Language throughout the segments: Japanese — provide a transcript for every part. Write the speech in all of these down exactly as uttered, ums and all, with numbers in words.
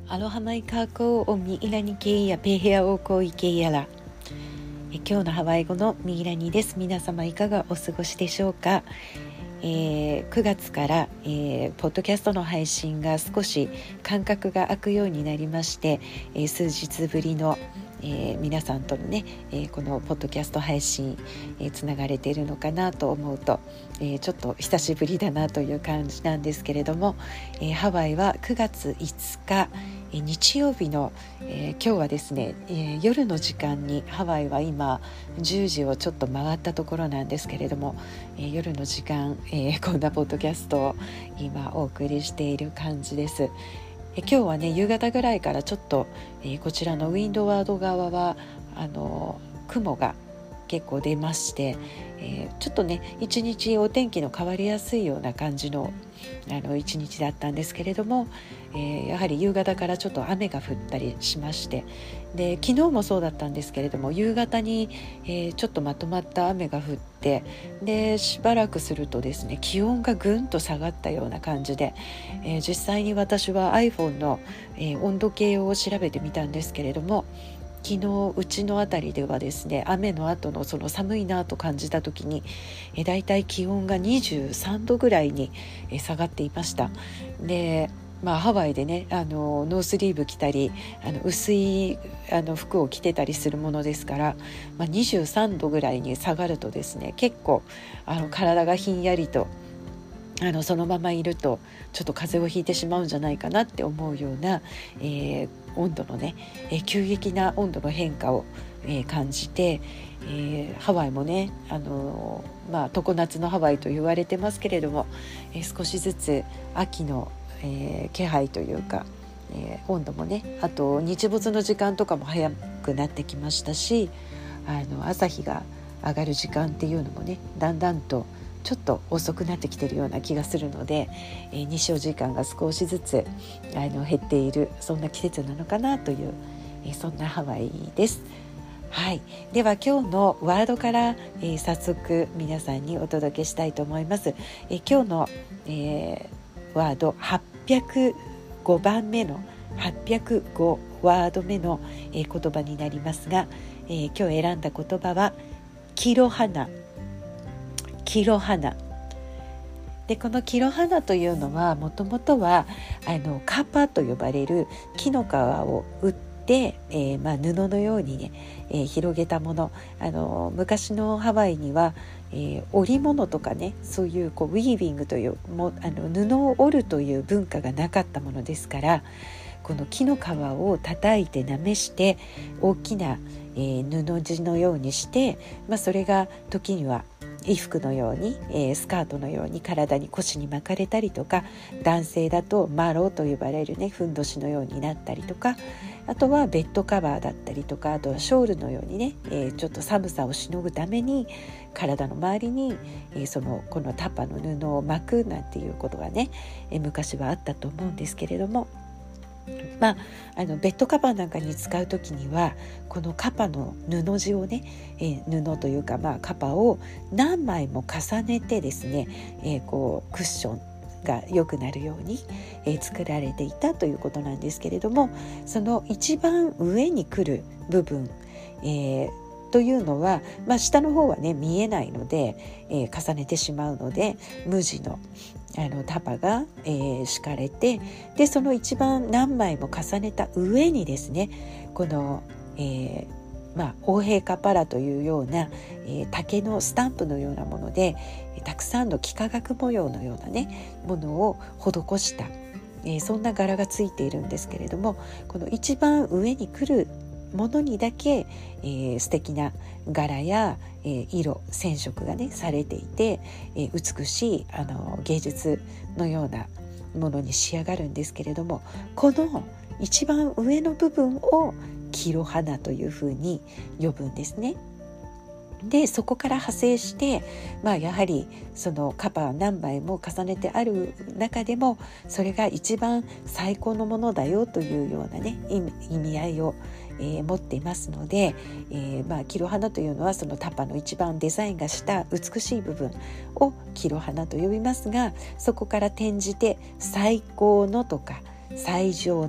アロハマイカーコーをミイラニケイヤペヘアオーコイケイヤラ。え今日のハワイ語のミイラニです。皆様いかがお過ごしでしょうか。えー、くがつから、えー、ポッドキャストの配信が少し間隔が空くようになりまして、えー、数日ぶりの、えー、皆さんとのね、えー、このポッドキャスト配信、えー、つながれているのかなと思うと、えー、ちょっと久しぶりだなという感じなんですけれども、えー、ハワイはくがついつか、えー、日曜日の、えー、今日はですね、えー、夜の時間にハワイは今じゅうじをちょっと回ったところなんですけれども、えー、夜の時間、えー、こんなポッドキャストを今お送りしている感じです。え今日はね夕方ぐらいからちょっと、えー、こちらのウィンドワード側はあの雲が結構出まして、えー、ちょっとね一日お天気の変わりやすいような感じのあの一日だったんですけれども、えー、やはり夕方からちょっと雨が降ったりしまして、で昨日もそうだったんですけれども夕方に、えー、ちょっとまとまった雨が降って、でしばらくするとですね気温がぐんと下がったような感じで、えー、実際に私は iPhone の、えー、温度計を調べてみたんですけれども、昨日うちのあたりではですね雨の後のその寒いなと感じた時にえだいたい気温がにじゅうさんどぐらいにえ下がっていました。でまあ、ハワイでねあのノースリーブ着たりあの薄いあの服を着てたりするものですから、まあ、にじゅうさんどぐらいに下がるとですね結構あの体がひんやりとあのそのままいるとちょっと風邪をひいてしまうんじゃないかなって思うような、えー、温度のね、えー、急激な温度の変化を、えー、感じて、えー、ハワイもね、あのーまあ、常夏のハワイと言われてますけれども、えー、少しずつ秋の、えー、気配というか、えー、温度もねあと日没の時間とかも早くなってきましたし、あの朝日が上がる時間っていうのもねだんだんとちょっと遅くなってきているような気がするので、えー、日照時間が少しずつあの減っているそんな季節なのかなという、えー、そんなハワイです。はい、では今日のワードから、えー、早速皆さんにお届けしたいと思います。えー、今日の、えー、ワードはっぴゃくごばんめのはっぴゃくごワード目の、えー、言葉になりますが、えー、今日選んだ言葉はキロハナ。キロハナで、このキロハナというのはもともとはあのカパと呼ばれる木の皮を打って、えーまあ、布のようにね、えー、広げたもの。あの昔のハワイには、えー、織物とかねそういう、こうウィービングというもあの布を織るという文化がなかったものですから、この木の皮を叩いてなめして大きな、えー、布地のようにして、まあ、それが時には衣服のように、えー、スカートのように体に腰に巻かれたりとか、男性だとマロと呼ばれるねふんどしのようになったりとか、あとはベッドカバーだったりとか、あとはショールのようにね、えー、ちょっと寒さをしのぐために体の周りに、えー、そのこのタパの布を巻くなんていうことがね、えー、昔はあったと思うんですけれども、まあ、あのベッドカバーなんかに使うときにはこのカパの布地をね、えー、布というか、まあ、カパを何枚も重ねてですね、えー、こうクッションが良くなるように、えー、作られていたということなんですけれども、その一番上に来る部分、えーというのは、まあ、下の方はね見えないので、えー、重ねてしまうので無地のあのタパが、えー、敷かれて、でその一番何枚も重ねた上にですねこの、えーまあ、オーヘイカパラというような、えー、竹のスタンプのようなものでたくさんの幾何学模様のようなねものを施した、えー、そんな柄がついているんですけれども、この一番上に来るものにだけ、えー、素敵な柄や、えー、色染色がねされていて、えー、美しいあの芸術のようなものに仕上がるんですけれども、この一番上の部分をキロハナというふうに呼ぶんですね。でそこから派生して、まあ、やはりそのカバー何枚も重ねてある中でもそれが一番最高のものだよというようなね意味、意味合いを、えー、持っていますので、えーまあ、キロハナというのはそのタパの一番デザインがした美しい部分をキロハナと呼びますが、そこから転じて最高のとか最上の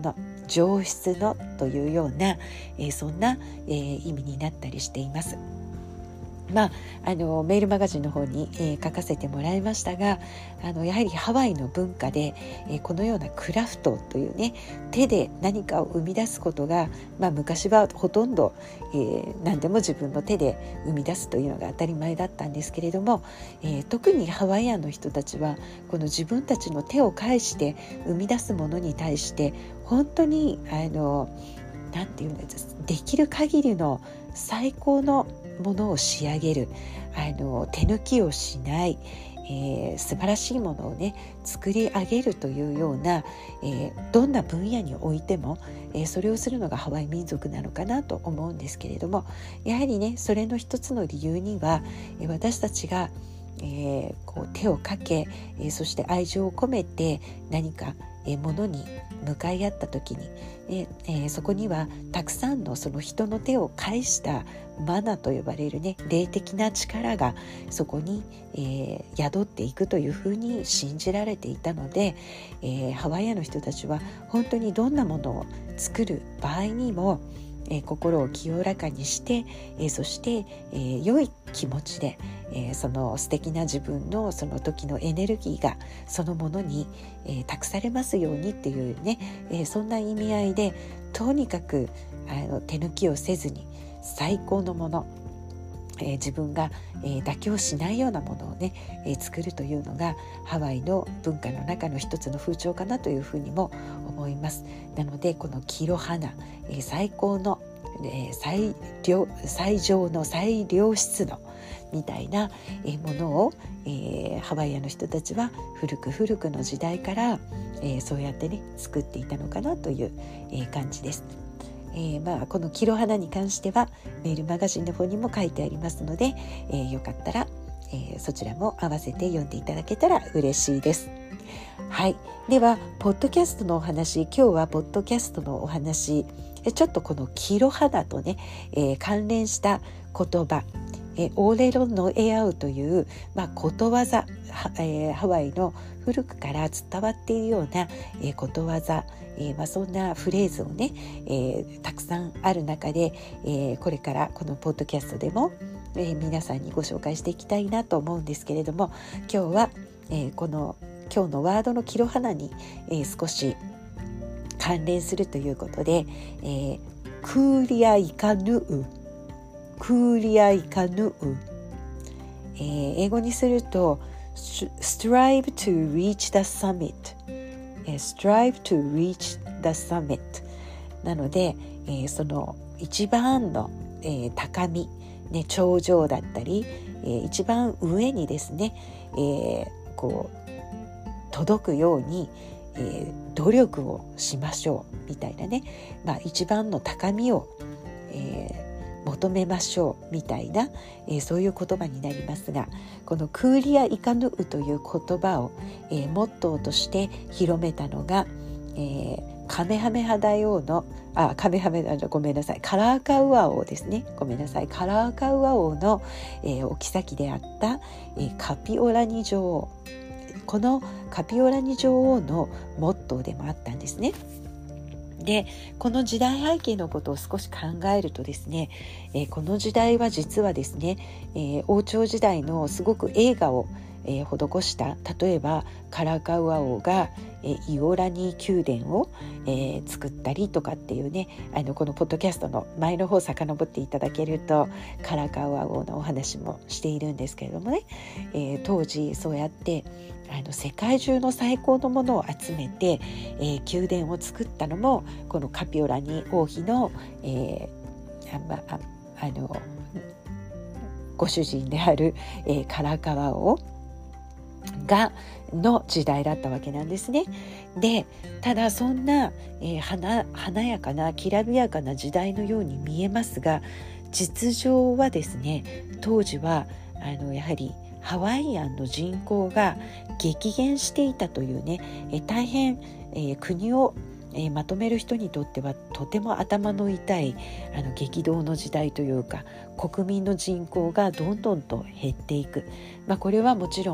上質のというような、えー、そんな、えー、意味になったりしています。まあ、あのメールマガジンの方に、えー、書かせてもらいましたが、あのやはりハワイの文化で、えー、このようなクラフトというね、手で何かを生み出すことが、まあ、昔はほとんど、えー、何でも自分の手で生み出すというのが当たり前だったんですけれども、えー、特にハワイアンの人たちはこの自分たちの手を介して生み出すものに対して本当にあのなんていうんです、できる限りの最高のものを仕上げる、あの手抜きをしない、えー、素晴らしいものをね作り上げるというような、えー、どんな分野においても、えー、それをするのがハワイ民族なのかなと思うんですけれども、やはりねそれの一つの理由には、えー、私たちがえー、こう手をかけ、えー、そして愛情を込めて何か、えー、ものに向かい合った時に、えーえー、そこにはたくさんのその人の手を介したマナと呼ばれるね霊的な力がそこに、えー、宿っていくというふうに信じられていたので、えー、ハワイアンの人たちは本当にどんなものを作る場合にもえー、心を清らかにして、えー、そして、えー、良い気持ちで、えー、その素敵な自分のその時のエネルギーがそのものに、えー、託されますようにっていうね、えー、そんな意味合いでとにかくあの手抜きをせずに最高のもの、えー、自分が、えー、妥協しないようなものをね、えー、作るというのがハワイの文化の中の一つの風潮かなというふうにも思います。なのでこのキロハナ、えー、最高の、えー、最良最上の最良質のみたいな、えー、ものを、えー、ハワイアの人たちは古く古くの時代から、えー、そうやってね作っていたのかなという、えー、感じです。えーまあ、このキロハナに関してはメールマガジンの方にも書いてありますので、えー、よかったら、えー、そちらも合わせて読んでいただけたら嬉しいです。はい、ではポッドキャストのお話、今日はポッドキャストのお話、ちょっとこのキロハナとね、えー、関連した言葉、えオーレロノエアウという、まあ、ことわざ、えー、ハワイの古くから伝わっているような、えー、ことわざ、えーまあ、そんなフレーズをね、えー、たくさんある中で、えー、これからこのポッドキャストでも、えー、皆さんにご紹介していきたいなと思うんですけれども、今日は、えー、この今日のワードのキロハナに、えー、少し関連するということで、えー、クーリアイカヌウクーリアイカヌウ、えー、英語にすると strive to reach the summit、えー、strive to reach the summit なので、えー、その一番の、えー、高み、ね、頂上だったり、えー、一番上にですね、えー、こう届くように、えー、努力をしましょうみたいなね、まあ、一番の高みを、えー求めましょうみたいな、えー、そういう言葉になりますが、このクーリアイカヌウという言葉を、えー、モットーとして広めたのが、えー、カメハメハ大王のあカメハメごめんなさいカラーカウア王ですねごめんなさいカラーカウア王の、えー、お妃であった、えー、カピオラニ女王、このカピオラニ女王のモットーでもあったんですね。でこの時代背景のことを少し考えるとですね、えー、この時代は実はですね、えー、王朝時代のすごく栄華を、えー、施した、例えばカラカウア王が、えー、イオラニ宮殿を、えー、作ったりとかっていうね、あのこのポッドキャストの前の方遡っていただけるとカラカウア王のお話もしているんですけれどもね、えー、当時そうやってあの世界中の最高のものを集めて、えー、宮殿を作ったのもこのカピオラニ王妃の、えーあまあ、あのご主人である、えー、カラカワ王がの時代だったわけなんですね。でただそんな、えー、華, 華やかなきらびやかな時代のように見えますが、実情はですね、当時はあのやはりハワイアンの人口が激減していたというね、え大変、えー、国を、えー、まとめる人にとってはとても頭の痛いあの激動の時代というか、国民の人口がどんどんと減っていく、まあ、これはもちろん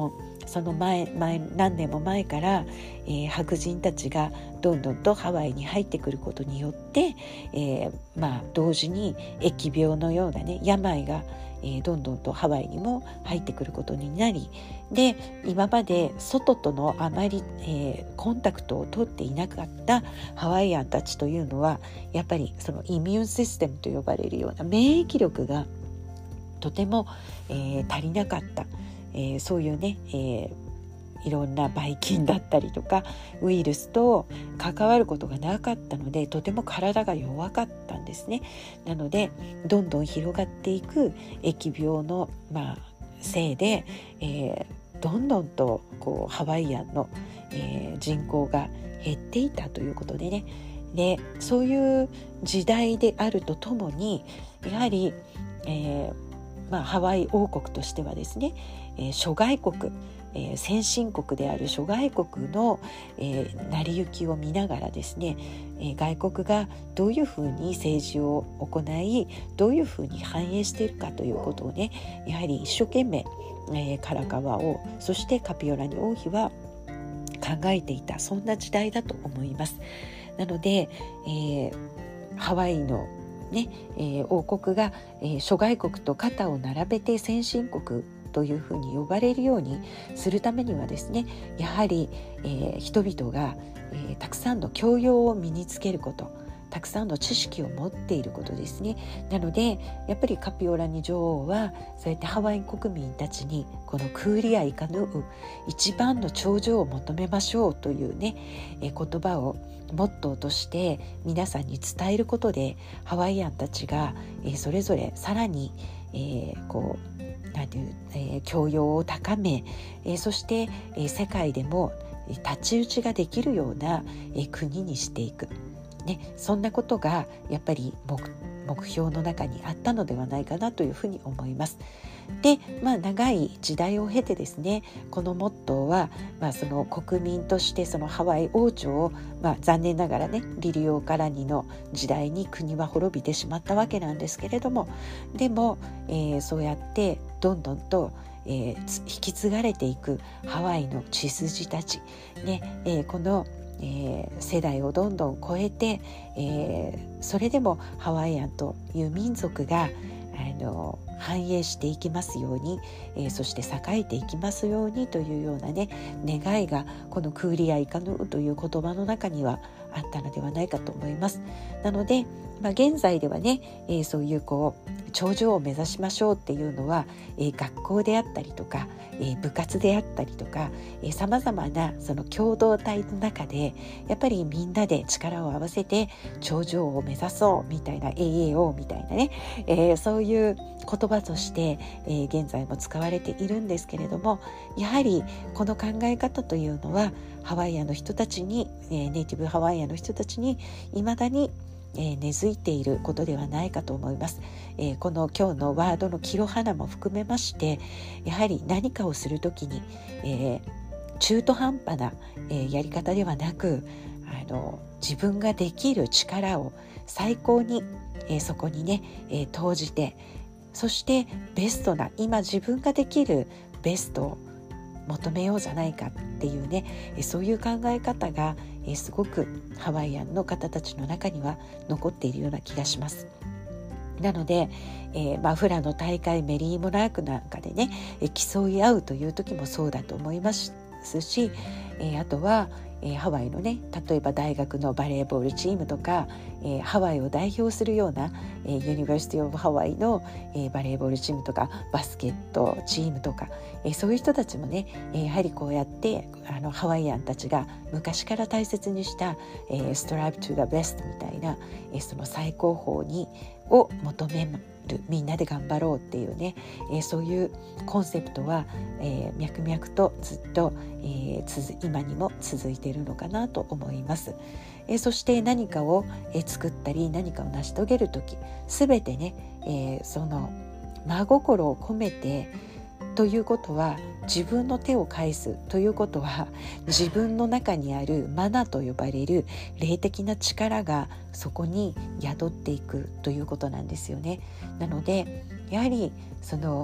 その前前何年も前から、えー、白人たちがどんどんとハワイに入ってくることによって、えーまあ、同時に疫病のようなね病が、えー、どんどんとハワイにも入ってくることになり、で今まで外とのあまり、えー、コンタクトを取っていなかったハワイアンたちというのはやっぱりそのイミューンシステムと呼ばれるような免疫力がとても、えー、足りなかった、えー、そういうね、えー、いろんなばい菌だったりとかウイルスと関わることがなかったので、とても体が弱かったんですね。なのでどんどん広がっていく疫病の、まあ、せいで、えー、どんどんとこうハワイアンの、えー、人口が減っていたということでね、でそういう時代であるとともにやはり、えーまあ、ハワイ王国としてはですね、えー、諸外国、えー、先進国である諸外国の、えー、成り行きを見ながらですね、えー、外国がどういうふうに政治を行いどういうふうに反映しているかということをね、やはり一生懸命、えー、カラカワ王そしてカピオラニ王妃は考えていた、そんな時代だと思います。なので、えー、ハワイのねえー、王国が、えー、諸外国と肩を並べて先進国というふうに呼ばれるようにするためにはですね、やはり、えー、人々が、えー、たくさんの教養を身につけること、たくさんの知識を持っていることですね。なのでやっぱりカピオラニ女王はそうやってハワイ国民たちにこのクーリアイカヌー一番の頂上を求めましょうというね、えー、言葉をモットーとして皆さんに伝えることで、ハワイアンたちが、えー、それぞれさらに、えー、こうなんていう、えー、教養を高め、えー、そして、えー、世界でも太刀打ちができるような、えー、国にしていく、ね、そんなことがやっぱり 目, 目標の中にあったのではないかなというふうに思います。で、まあ、長い時代を経てですね、このモットーは、まあ、その国民としてそのハワイ王朝を、まあ、残念ながらねリリオからにの時代に国は滅びてしまったわけなんですけれども、でも、えー、そうやってどんどんと、えー、引き継がれていくハワイの血筋たち、ねえー、このえー、世代をどんどん超えて、えー、それでもハワイアンという民族があの繁栄していきますように、えー、そして栄えていきますようにというようなね願いがこのクーリアイカヌーという言葉の中にはあったのではないかと思います。なので、まあ、現在ではね、えー、そういうこう頂上を目指しましょうっていうのは、えー、学校であったりとか、えー、部活であったりとか、さまざまなその共同体の中でやっぱりみんなで力を合わせて頂上を目指そうみたいな エーエーオー みたいなね、えー、そういう言葉として、えー、現在も使われているんですけれども、やはりこの考え方というのはハワイアンの人たちに、えー、ネイティブハワイアンの人たちに未だにえー、根付いていることではないかと思います。えー、この今日のワードのキロハナも含めまして、やはり何かをするときに、えー、中途半端な、えー、やり方ではなく、あの自分ができる力を最高に、えー、そこにね、えー、投じて、そしてベストな今自分ができるベストを求めようじゃないかっていうね、そういう考え方がすごくハワイアンの方たちの中には残っているような気がします。なので、えー、マフラの大会メリーモナークなんかでね競い合うという時もそうだと思いますし、えー、あとは、えー、ハワイのね例えば大学のバレーボールチームとか、えー、ハワイを代表するような、えー、ユニバーシティオブハワイの、えー、バレーボールチームとかバスケットチームとか、えー、そういう人たちもね、えー、やはりこうやってあのハワイアンたちが昔から大切にした、えー、ストライブトゥザベストみたいな、えー、その最高峰にを求める、みんなで頑張ろうっていうね、えー、そういうコンセプトは、えー、脈々とずっと、えー、つ今にも続いているのかなと思います。えー、そして何かを、えー、作ったり何かを成し遂げるとき、すべてね、えー、その真心を込めてということは、自分の手を返すということは、自分の中にあるマナと呼ばれる霊的な力がそこに宿っていくということなんですよね。なのでやはりその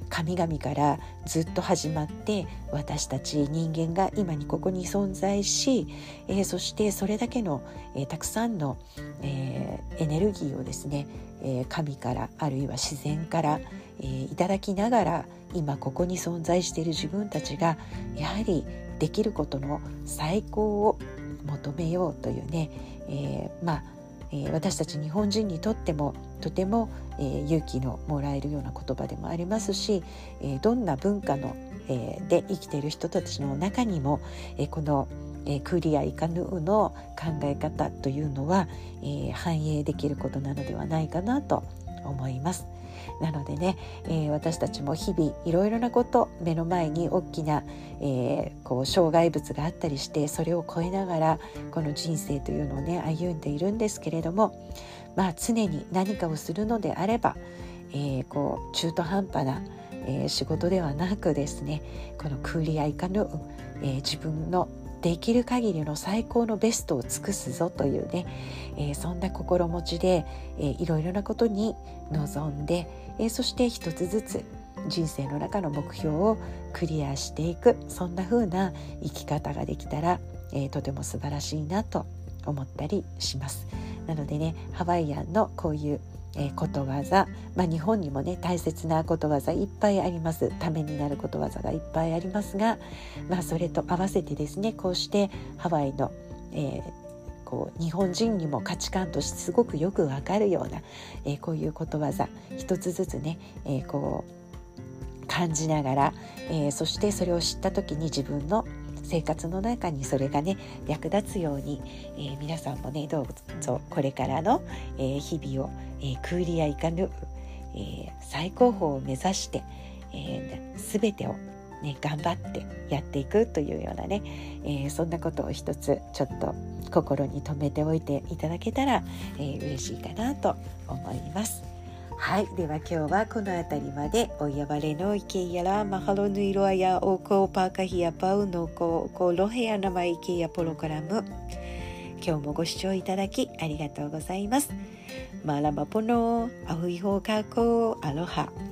神々からずっと始まって私たち人間が今にここに存在し、えー、そしてそれだけの、えー、たくさんの、えー、エネルギーをですね、えー、神からあるいは自然から、えー、いただきながら今ここに存在している自分たちがやはりできることの最高を求めようというね、えー、まあえー、私たち日本人にとってもとても、えー、勇気のもらえるような言葉でもありますし、えー、どんな文化の、えー、で生きている人たちの中にも、えー、この、えー、クーリア・イカヌーの考え方というのは、えー、反映できることなのではないかなと思います。なのでね、えー、私たちも日々いろいろなこと目の前に大きな、えー、こう障害物があったりしてそれを越えながらこの人生というのをね歩んでいるんですけれども、まあ常に何かをするのであれば、えー、こう中途半端な、えー、仕事ではなくですね、このクーリア・イカヌー、えー、自分のできる限りの最高のベストを尽くすぞというね、えー、そんな心持ちで、えー、いろいろなことに臨んで、えー、そして一つずつ人生の中の目標をクリアしていく、そんな風な生き方ができたら、えー、とても素晴らしいなと思ったりします。なのでね、ハワイアンのこういうえー、ことわざ、まあ、日本にもね大切なことわざいっぱいあります。ためになることわざがいっぱいありますが、まあ、それと合わせてですね、こうしてハワイの、えー、こう日本人にも価値観としてすごくよくわかるような、えー、こういうことわざ一つずつね、えー、こう感じながら、えー、そしてそれを知った時に自分の生活の中にそれがね役立つように、えー、皆さんもねどうぞこれからの、えー、日々を、えー、クーリア・イカヌー、えー、最高峰を目指して、えー、全てを、ね、頑張ってやっていくというようなね、えー、そんなことを一つちょっと心に留めておいていただけたら、えー、嬉しいかなと思います。はい、では今日はこの辺りまで。おやばれのいけやらマハロヌイロアやおこパーカヒヤパウのここロヘアナマイケやプログラム、今日もご視聴いただきありがとうございます。マラマポノアフイホーカコアロハ。